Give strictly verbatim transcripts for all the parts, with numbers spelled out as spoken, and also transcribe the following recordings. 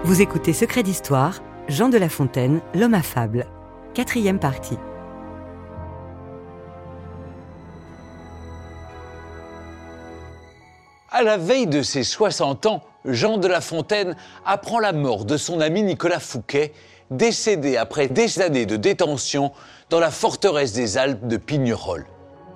Vous écoutez Secret d'Histoire, Jean de La Fontaine, l'homme à fable. Quatrième partie. À la veille de ses soixante ans, Jean de La Fontaine apprend la mort de son ami Nicolas Fouquet, décédé après des années de détention dans la forteresse des Alpes de Pignerol.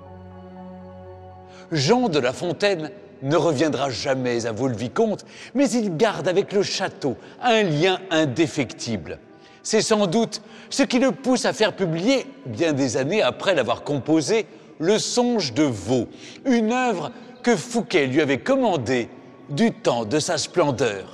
Jean de La Fontaine ne reviendra jamais à Vaux-le-Vicomte, mais il garde avec le château un lien indéfectible. C'est sans doute ce qui le pousse à faire publier, bien des années après l'avoir composé, Le Songe de Vaux, une œuvre que Fouquet lui avait commandée du temps de sa splendeur.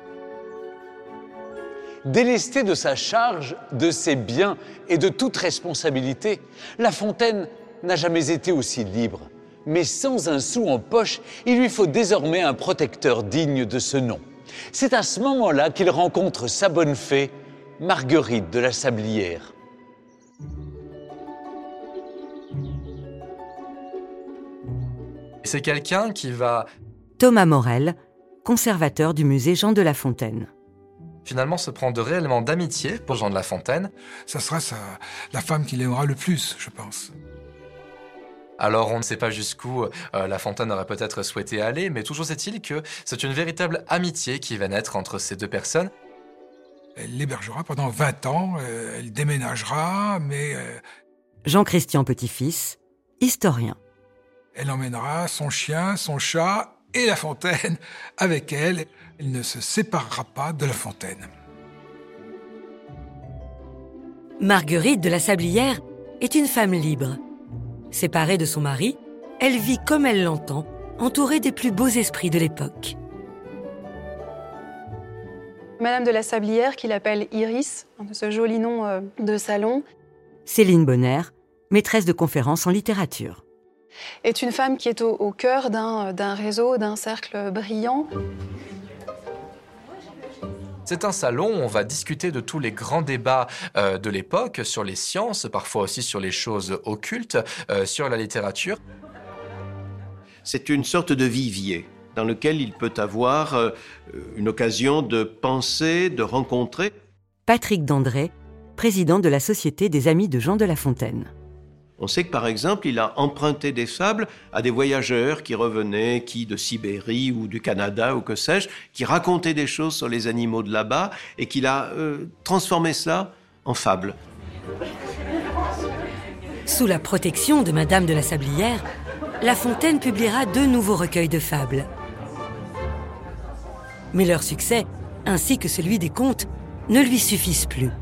Délesté de sa charge, de ses biens et de toute responsabilité, La Fontaine n'a jamais été aussi libre. Mais sans un sou en poche, il lui faut désormais un protecteur digne de ce nom. C'est à ce moment-là qu'il rencontre sa bonne fée, Marguerite de la Sablière. C'est quelqu'un qui va Thomas Morel, conservateur du musée Jean de La Fontaine. finalement se prendre réellement d'amitié pour Jean de La Fontaine. Ça sera sa, la femme qu'il aimera le plus, je pense. Alors on ne sait pas jusqu'où euh, La Fontaine aurait peut-être souhaité aller, mais toujours est-il que c'est une véritable amitié qui va naître entre ces deux personnes. Elle l'hébergera pendant vingt ans, euh, elle déménagera, mais euh, Jean-Christian Petit-Fils, historien. elle emmènera son chien, son chat et La Fontaine avec elle. Elle ne se séparera pas de La Fontaine. Marguerite de la Sablière est une femme libre. Séparée de son mari, elle vit comme elle l'entend, entourée des plus beaux esprits de l'époque. Madame de la Sablière, qu'il appelle Iris, de ce joli nom euh, de salon, Céline Bonner, maîtresse de conférences en littérature. est une femme qui est au, au cœur d'un, d'un réseau, d'un cercle brillant. C'est un salon où on va discuter de tous les grands débats euh, de l'époque, sur les sciences, parfois aussi sur les choses occultes, euh, sur la littérature. C'est une sorte de vivier dans lequel il peut avoir euh, une occasion de penser, de rencontrer. Patrick Dandré, président de la Société des Amis de Jean de La Fontaine. On sait que par exemple, il a emprunté des fables à des voyageurs qui revenaient, qui de Sibérie ou du Canada ou que sais-je, qui racontaient des choses sur les animaux de là-bas et qu'il a euh, transformé cela en fables. Sous la protection de Madame de la Sablière, La Fontaine publiera deux nouveaux recueils de fables. Mais leur succès, ainsi que celui des contes, ne lui suffisent plus.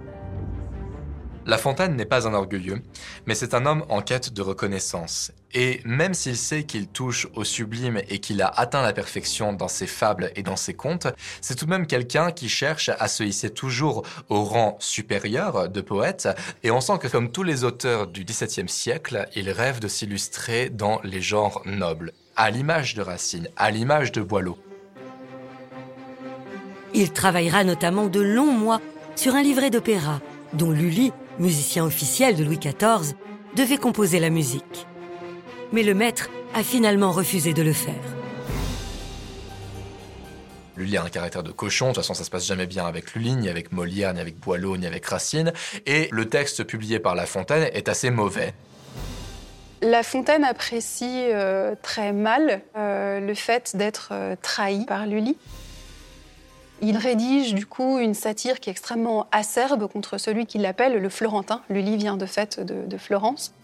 La Fontaine n'est pas un orgueilleux, mais c'est un homme en quête de reconnaissance. Et même s'il sait qu'il touche au sublime et qu'il a atteint la perfection dans ses fables et dans ses contes, c'est tout de même quelqu'un qui cherche à se hisser toujours au rang supérieur de poète. Et on sent que comme tous les auteurs du dix-septième siècle, il rêve de s'illustrer dans les genres nobles, à l'image de Racine, à l'image de Boileau. Il travaillera notamment de longs mois sur un livret d'opéra, dont Lully, musicien officiel de Louis quatorze, devait composer la musique. Mais le maître a finalement refusé de le faire. Lully a un caractère de cochon, de toute façon ça se passe jamais bien avec Lully, ni avec Molière, ni avec Boileau, ni avec Racine, et le texte publié par La Fontaine est assez mauvais. La Fontaine apprécie euh, très mal euh, le fait d'être euh, trahi par Lully. Il rédige du coup une satire qui est extrêmement acerbe contre celui qui l'appelle le Florentin. Lully vient de fait de, de Florence.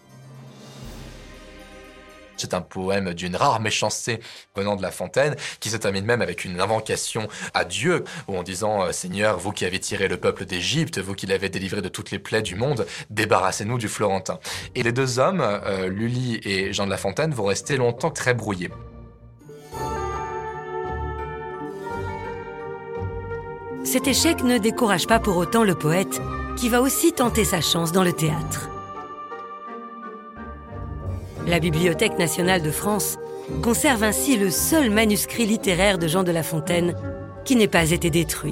C'est un poème d'une rare méchanceté venant de La Fontaine, qui se termine même avec une invocation à Dieu, où en disant « Seigneur, vous qui avez tiré le peuple d'Égypte, vous qui l'avez délivré de toutes les plaies du monde, débarrassez-nous du Florentin ». Et les deux hommes, euh, Lully et Jean de La Fontaine, vont rester longtemps très brouillés. Cet échec ne décourage pas pour autant le poète, qui va aussi tenter sa chance dans le théâtre. La Bibliothèque nationale de France conserve ainsi le seul manuscrit littéraire de Jean de La Fontaine qui n'ait pas été détruit.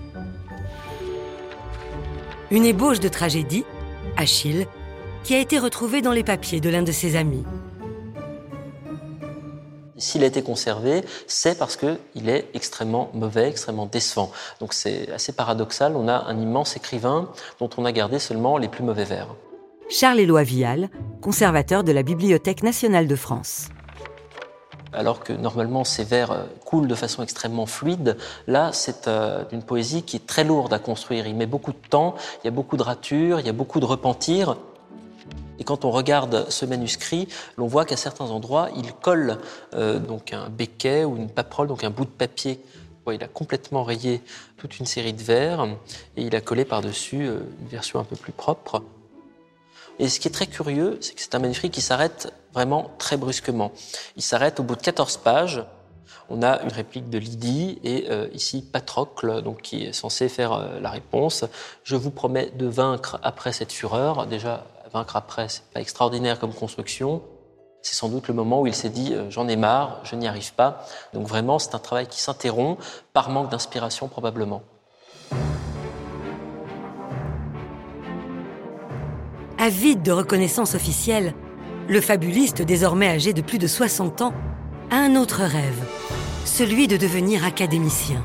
Une ébauche de tragédie, Achille, qui a été retrouvée dans les papiers de l'un de ses amis. S'il a été conservé, c'est parce qu'il est extrêmement mauvais, extrêmement décevant. Donc c'est assez paradoxal, on a un immense écrivain dont on a gardé seulement les plus mauvais vers. Charles-Éloi Vial, conservateur de la Bibliothèque nationale de France. Alors que normalement ces vers coulent de façon extrêmement fluide, là c'est euh, une poésie qui est très lourde à construire. Il met beaucoup de temps, il y a beaucoup de ratures, il y a beaucoup de repentir. Et quand on regarde ce manuscrit, l'on voit qu'à certains endroits, il colle euh, donc un béquet ou une paperole, donc un bout de papier. Ouais, il a complètement rayé toute une série de vers et il a collé par-dessus euh, une version un peu plus propre. Et ce qui est très curieux, c'est que c'est un manuscrit qui s'arrête vraiment très brusquement. Il s'arrête au bout de quatorze pages. On a une réplique de Lydie et euh, ici Patrocle, donc, qui est censé faire euh, la réponse. « Je vous promets de vaincre après cette fureur ». Déjà, vaincre après, c'est pas extraordinaire comme construction. C'est sans doute le moment où il s'est dit euh, « j'en ai marre, je n'y arrive pas ». Donc vraiment, c'est un travail qui s'interrompt par manque d'inspiration probablement. Avide de reconnaissance officielle, le fabuliste, désormais âgé de plus de soixante ans, a un autre rêve, celui de devenir académicien.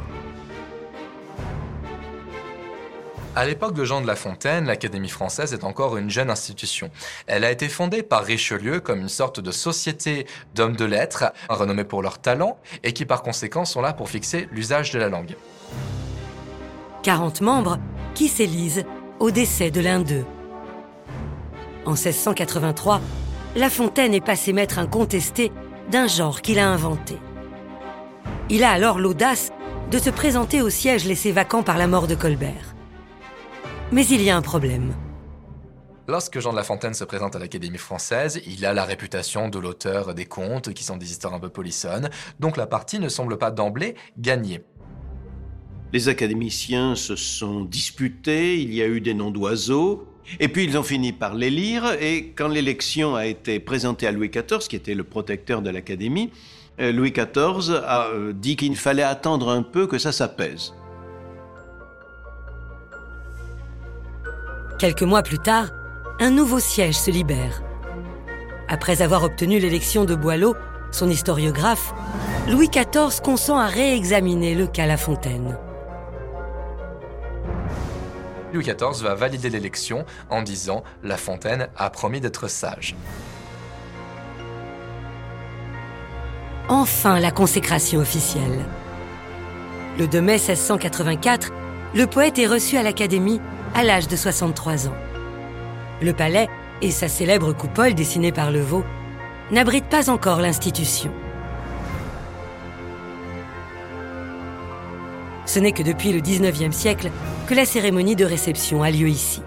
À l'époque de Jean de La Fontaine, l'Académie française est encore une jeune institution. Elle a été fondée par Richelieu comme une sorte de société d'hommes de lettres, renommés pour leur talent, et qui par conséquent sont là pour fixer l'usage de la langue. quarante membres qui s'élisent au décès de l'un d'eux. En seize cent quatre-vingt-trois, La Fontaine est passé maître incontesté d'un genre qu'il a inventé. Il a alors l'audace de se présenter au siège laissé vacant par la mort de Colbert. Mais il y a un problème. Lorsque Jean de La Fontaine se présente à l'Académie française, il a la réputation de l'auteur des contes, qui sont des histoires un peu polissonnes, donc la partie ne semble pas d'emblée gagnée. Les académiciens se sont disputés, il y a eu des noms d'oiseaux, et puis ils ont fini par l'élire, et quand l'élection a été présentée à Louis quatorze, qui était le protecteur de l'Académie, Louis quatorze a dit qu'il fallait attendre un peu que ça s'apaise. Quelques mois plus tard, un nouveau siège se libère. Après avoir obtenu l'élection de Boileau, son historiographe, Louis quatorze consent à réexaminer le cas La Fontaine. Louis quatorze va valider l'élection en disant « La Fontaine a promis d'être sage ». Enfin, la consécration officielle. Le deux mai seize cent quatre-vingt-quatre, le poète est reçu à l'Académie à l'âge de soixante-trois ans. Le palais et sa célèbre coupole dessinée par Levau n'abritent pas encore l'institution. Ce n'est que depuis le dix-neuvième siècle que la cérémonie de réception a lieu ici.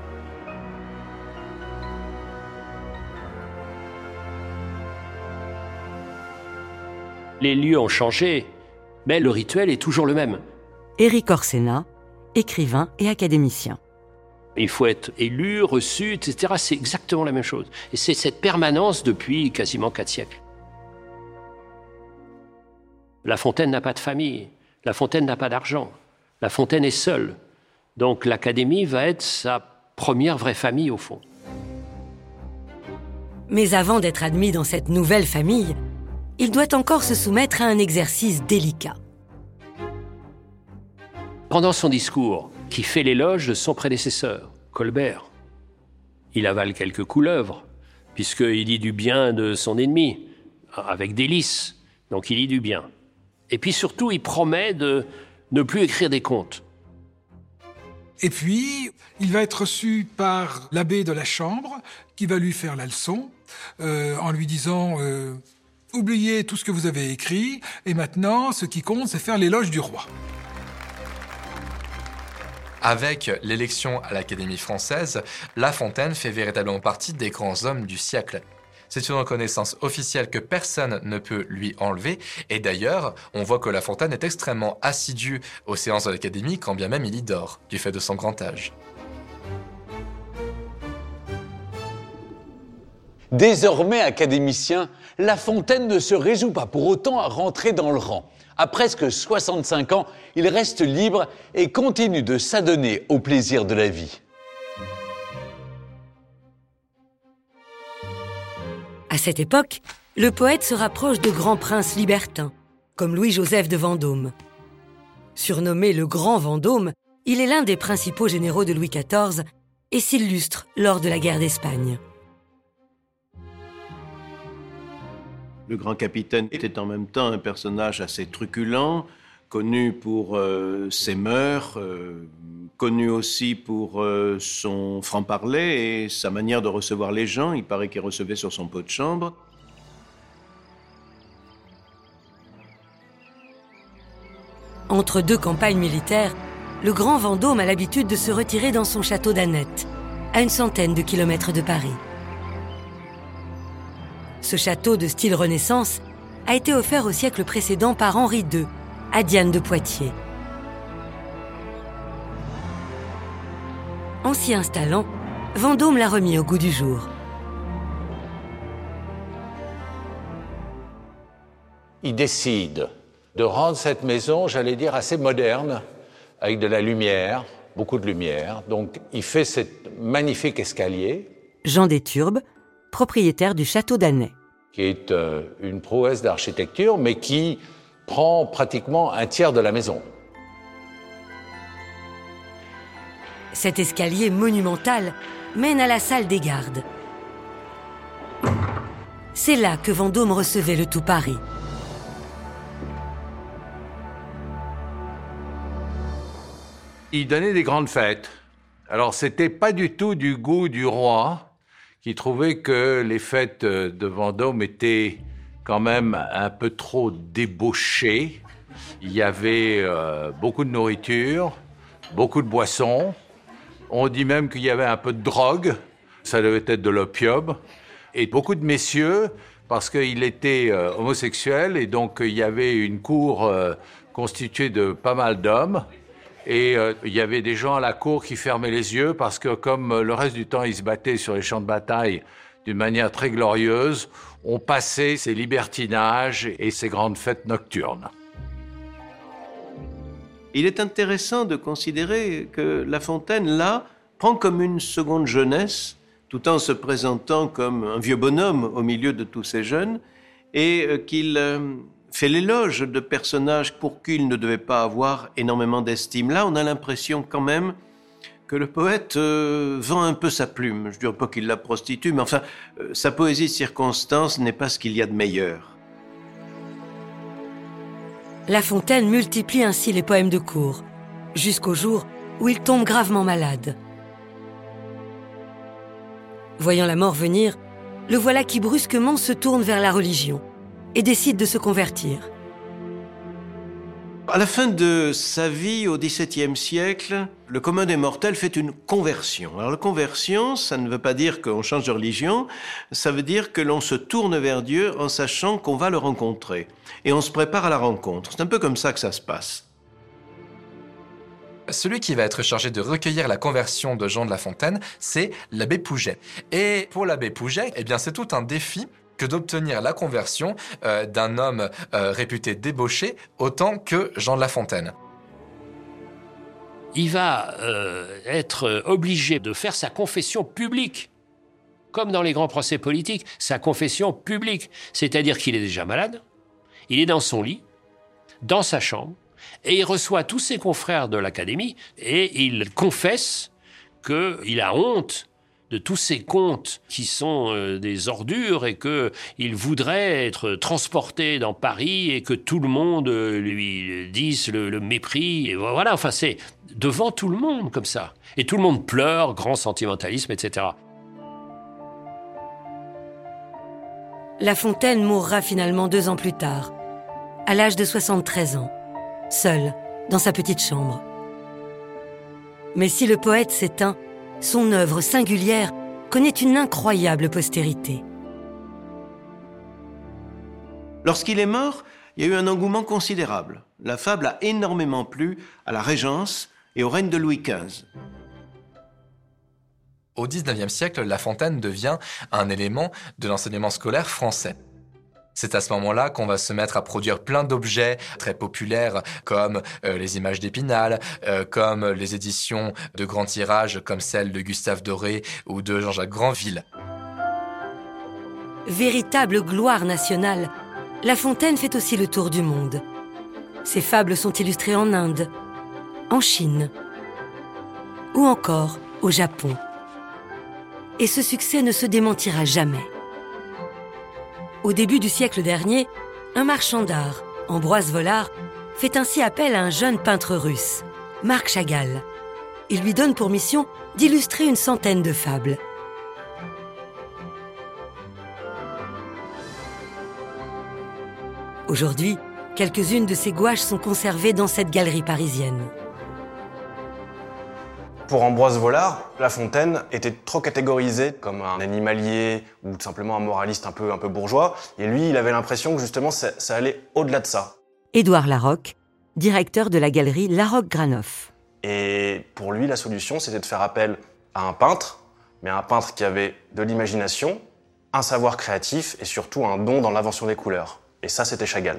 Les lieux ont changé, mais le rituel est toujours le même. Éric Orsena, écrivain et académicien. Il faut être élu, reçu, et cetera. C'est exactement la même chose. Et c'est cette permanence depuis quasiment quatre siècles. La Fontaine n'a pas de famille. La Fontaine n'a pas d'argent. La Fontaine est seule. Donc l'Académie va être sa première vraie famille, au fond. Mais avant d'être admis dans cette nouvelle famille, il doit encore se soumettre à un exercice délicat. Pendant son discours, qui fait l'éloge de son prédécesseur, Colbert, il avale quelques couleuvres, puisqu'il dit du bien de son ennemi, avec délice, donc il dit du bien. Et puis surtout, il promet de ne plus écrire des contes. Et puis, il va être reçu par l'abbé de la Chambre, qui va lui faire la leçon, euh, en lui disant euh, « Oubliez tout ce que vous avez écrit, et maintenant, ce qui compte, c'est faire l'éloge du roi ». Avec l'élection à l'Académie française, La Fontaine fait véritablement partie des grands hommes du siècle. C'est une reconnaissance officielle que personne ne peut lui enlever. Et d'ailleurs, on voit que La Fontaine est extrêmement assidu aux séances de l'Académie, quand bien même il y dort, du fait de son grand âge. Désormais académicien, La Fontaine ne se résout pas pour autant à rentrer dans le rang. À presque soixante-cinq ans, il reste libre et continue de s'adonner au plaisir de la vie. À cette époque, le poète se rapproche de grands princes libertins, comme Louis-Joseph de Vendôme. Surnommé le Grand Vendôme, il est l'un des principaux généraux de Louis quatorze et s'illustre lors de la guerre d'Espagne. Le grand capitaine était en même temps un personnage assez truculent, connu pour euh, ses mœurs, euh, connu aussi pour euh, son franc-parler et sa manière de recevoir les gens. Il paraît qu'il recevait sur son pot de chambre. Entre deux campagnes militaires, le Grand Vendôme a l'habitude de se retirer dans son château d'Annette, à une centaine de kilomètres de Paris. Ce château de style Renaissance a été offert au siècle précédent par Henri deux à Diane de Poitiers. En s'y installant, Vendôme l'a remis au goût du jour. Il décide de rendre cette maison, j'allais dire, assez moderne, avec de la lumière, beaucoup de lumière. Donc il fait ce magnifique escalier. Jean Déturbe, propriétaire du château d'Annay. Qui est euh, une prouesse d'architecture, mais qui prend pratiquement un tiers de la maison. Cet escalier monumental mène à la salle des gardes. C'est là que Vendôme recevait le tout Paris. Il donnait des grandes fêtes. Alors, c'était pas du tout du goût du roi, qui trouvait que les fêtes de Vendôme étaient quand même un peu trop débauchées. Il y avait euh, beaucoup de nourriture, beaucoup de boissons. On dit même qu'il y avait un peu de drogue, ça devait être de l'opium. Et beaucoup de messieurs, parce qu'il était euh, homosexuel, et donc il y avait une cour euh, constituée de pas mal d'hommes. Et euh, il y avait des gens à la cour qui fermaient les yeux parce que comme euh, le reste du temps, ils se battaient sur les champs de bataille d'une manière très glorieuse, on passait ces libertinages et ces grandes fêtes nocturnes. Il est intéressant de considérer que La Fontaine, là, prend comme une seconde jeunesse, tout en se présentant comme un vieux bonhomme au milieu de tous ces jeunes, et euh, qu'il... Euh, fait l'éloge de personnages pour qui il ne devait pas avoir énormément d'estime. Là, on a l'impression quand même que le poète euh, vend un peu sa plume. Je ne dirais pas qu'il la prostitue, mais enfin, euh, sa poésie de circonstance n'est pas ce qu'il y a de meilleur. La Fontaine multiplie ainsi les poèmes de cour, jusqu'au jour où il tombe gravement malade. Voyant la mort venir, le voilà qui brusquement se tourne vers la religion et décide de se convertir. À la fin de sa vie, au dix-septième siècle, le commun des mortels fait une conversion. Alors la conversion, ça ne veut pas dire qu'on change de religion, ça veut dire que l'on se tourne vers Dieu en sachant qu'on va le rencontrer. Et on se prépare à la rencontre. C'est un peu comme ça que ça se passe. Celui qui va être chargé de recueillir la conversion de Jean de La Fontaine, c'est l'abbé Pouget. Et pour l'abbé Pouget, eh bien, c'est tout un défi que d'obtenir la conversion euh, d'un homme euh, réputé débauché autant que Jean de La Fontaine. Il va euh, être obligé de faire sa confession publique, comme dans les grands procès politiques, sa confession publique. C'est-à-dire qu'il est déjà malade, il est dans son lit, dans sa chambre, et il reçoit tous ses confrères de l'Académie, et il confesse qu'il a honte de tous ces contes qui sont euh, des ordures et qu'il voudrait être transporté dans Paris et que tout le monde euh, lui dise le, le mépris. Et voilà, enfin c'est devant tout le monde comme ça. Et tout le monde pleure, grand sentimentalisme, et cetera. La Fontaine mourra finalement deux ans plus tard, à l'âge de soixante-treize ans, seul, dans sa petite chambre. Mais si le poète s'éteint, son œuvre singulière connaît une incroyable postérité. Lorsqu'il est mort, il y a eu un engouement considérable. La fable a énormément plu à la Régence et au règne de Louis quinze. Au dix-neuvième siècle, La Fontaine devient un élément de l'enseignement scolaire français. C'est à ce moment-là qu'on va se mettre à produire plein d'objets très populaires comme euh, les images d'Épinal, euh, comme les éditions de grands tirages comme celles de Gustave Doré ou de Jean-Jacques Granville. Véritable gloire nationale, La Fontaine fait aussi le tour du monde. Ses fables sont illustrées en Inde, en Chine ou encore au Japon. Et ce succès ne se démentira jamais. Au début du siècle dernier, un marchand d'art, Ambroise Vollard, fait ainsi appel à un jeune peintre russe, Marc Chagall. Il lui donne pour mission d'illustrer une centaine de fables. Aujourd'hui, quelques-unes de ces gouaches sont conservées dans cette galerie parisienne. Pour Ambroise Vollard, La Fontaine était trop catégorisé comme un animalier ou tout simplement un moraliste un peu, un peu bourgeois. Et lui, il avait l'impression que justement, ça, ça allait au-delà de ça. Édouard Larocque, directeur de la galerie Larocque-Granoff. Et pour lui, la solution, c'était de faire appel à un peintre, mais un peintre qui avait de l'imagination, un savoir créatif et surtout un don dans l'invention des couleurs. Et ça, c'était Chagall.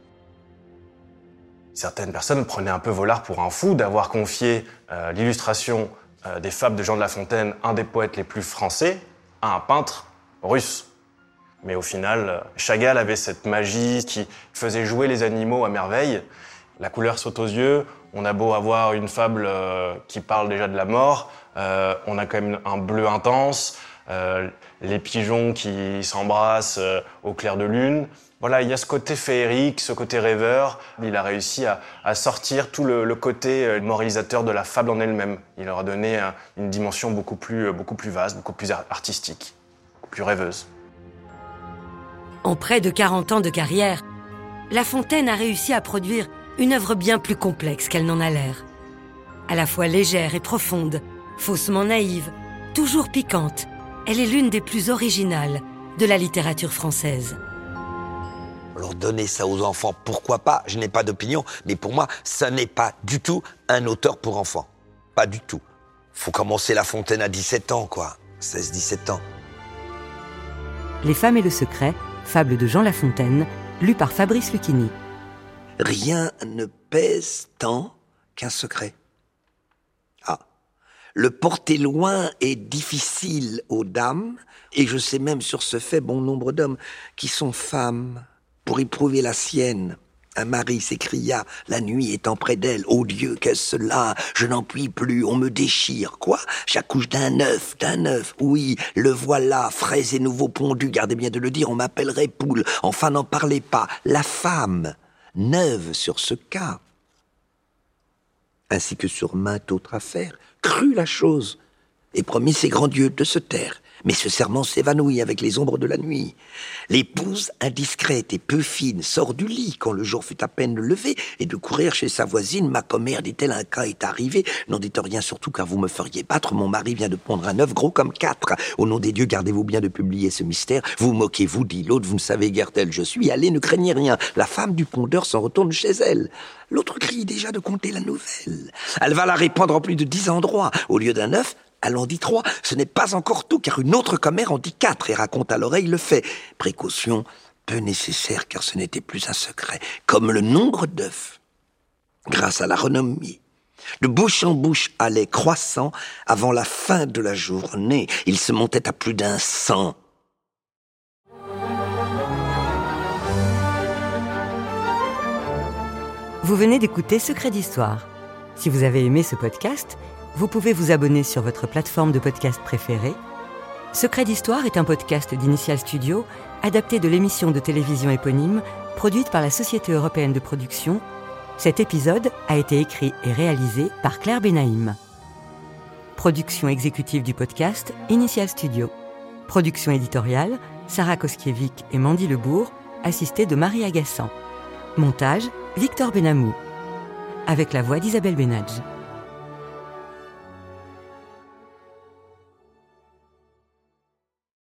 Certaines personnes prenaient un peu Vollard pour un fou d'avoir confié euh, l'illustration euh, des fables de Jean de La Fontaine, un des poètes les plus français, à un peintre russe. Mais au final, euh, Chagall avait cette magie qui faisait jouer les animaux à merveille. La couleur saute aux yeux, on a beau avoir une fable euh, qui parle déjà de la mort, euh, on a quand même un bleu intense, euh, les pigeons qui s'embrassent euh, au clair de lune. Voilà, il y a ce côté féerique, ce côté rêveur. Il a réussi à, à sortir tout le, le côté moralisateur de la fable en elle-même. Il leur a donné un, une dimension beaucoup plus, beaucoup plus vaste, beaucoup plus artistique, beaucoup plus rêveuse. En près de quarante ans de carrière, La Fontaine a réussi à produire une œuvre bien plus complexe qu'elle n'en a l'air. À la fois légère et profonde, faussement naïve, toujours piquante, elle est l'une des plus originales de la littérature française. Alors donner ça aux enfants, pourquoi pas? Je n'ai pas d'opinion, mais pour moi, ça n'est pas du tout un auteur pour enfants. Pas du tout. Faut commencer La Fontaine à dix-sept ans, quoi. seize dix-sept ans. Les femmes et le secret, fable de Jean La Fontaine, lu par Fabrice Lucchini. Rien ne pèse tant qu'un secret. Ah, le porter loin est difficile aux dames, et je sais même sur ce fait bon nombre d'hommes qui sont femmes. Pour y prouver la sienne, un mari s'écria, la nuit étant près d'elle, « Oh Dieu, qu'est-ce cela? Je n'en puis plus, on me déchire. » Quoi? J'accouche d'un œuf, d'un œuf. Oui, le voilà, frais et nouveau pondu, gardez bien de le dire, on m'appellerait poule. Enfin, n'en parlez pas. La femme, neuve sur ce cas, ainsi que sur mainte autre affaire, crut la chose et promit ses grands dieux de se taire. Mais ce serment s'évanouit avec les ombres de la nuit. L'épouse, indiscrète et peu fine, sort du lit quand le jour fut à peine levé, et de courir chez sa voisine, « Ma commère, dit-elle, un cas est arrivé. N'en dites rien surtout car vous me feriez battre. Mon mari vient de pondre un œuf gros comme quatre. Au nom des dieux, gardez-vous bien de publier ce mystère. Vous moquez-vous, dit l'autre, vous ne savez guère tel je suis. Allez, ne craignez rien. » La femme du pondeur s'en retourne chez elle. L'autre crie déjà de conter la nouvelle. Elle va la répandre en plus de dix endroits. Au lieu d'un œuf, elle en dit trois. Ce n'est pas encore tout, car une autre commère en dit quatre et raconte à l'oreille le fait. Précaution peu nécessaire, car ce n'était plus un secret, comme le nombre d'œufs. Grâce à la renommée, de bouche en bouche allait croissant. Avant la fin de la journée, il se montait à plus d'un cent. Vous venez d'écouter Secret d'Histoire. Si vous avez aimé ce podcast, vous pouvez vous abonner sur votre plateforme de podcast préférée. Secret d'Histoire est un podcast d'Initial Studio, adapté de l'émission de télévision éponyme, produite par la Société européenne de production. Cet épisode a été écrit et réalisé par Claire Benaïm. Production exécutive du podcast, Initial Studio. Production éditoriale, Sarah Koskiewicz et Mandy Lebourg, assistée de Marie Agassan. Montage, Victor Benamou. Avec la voix d'Isabelle Benadj.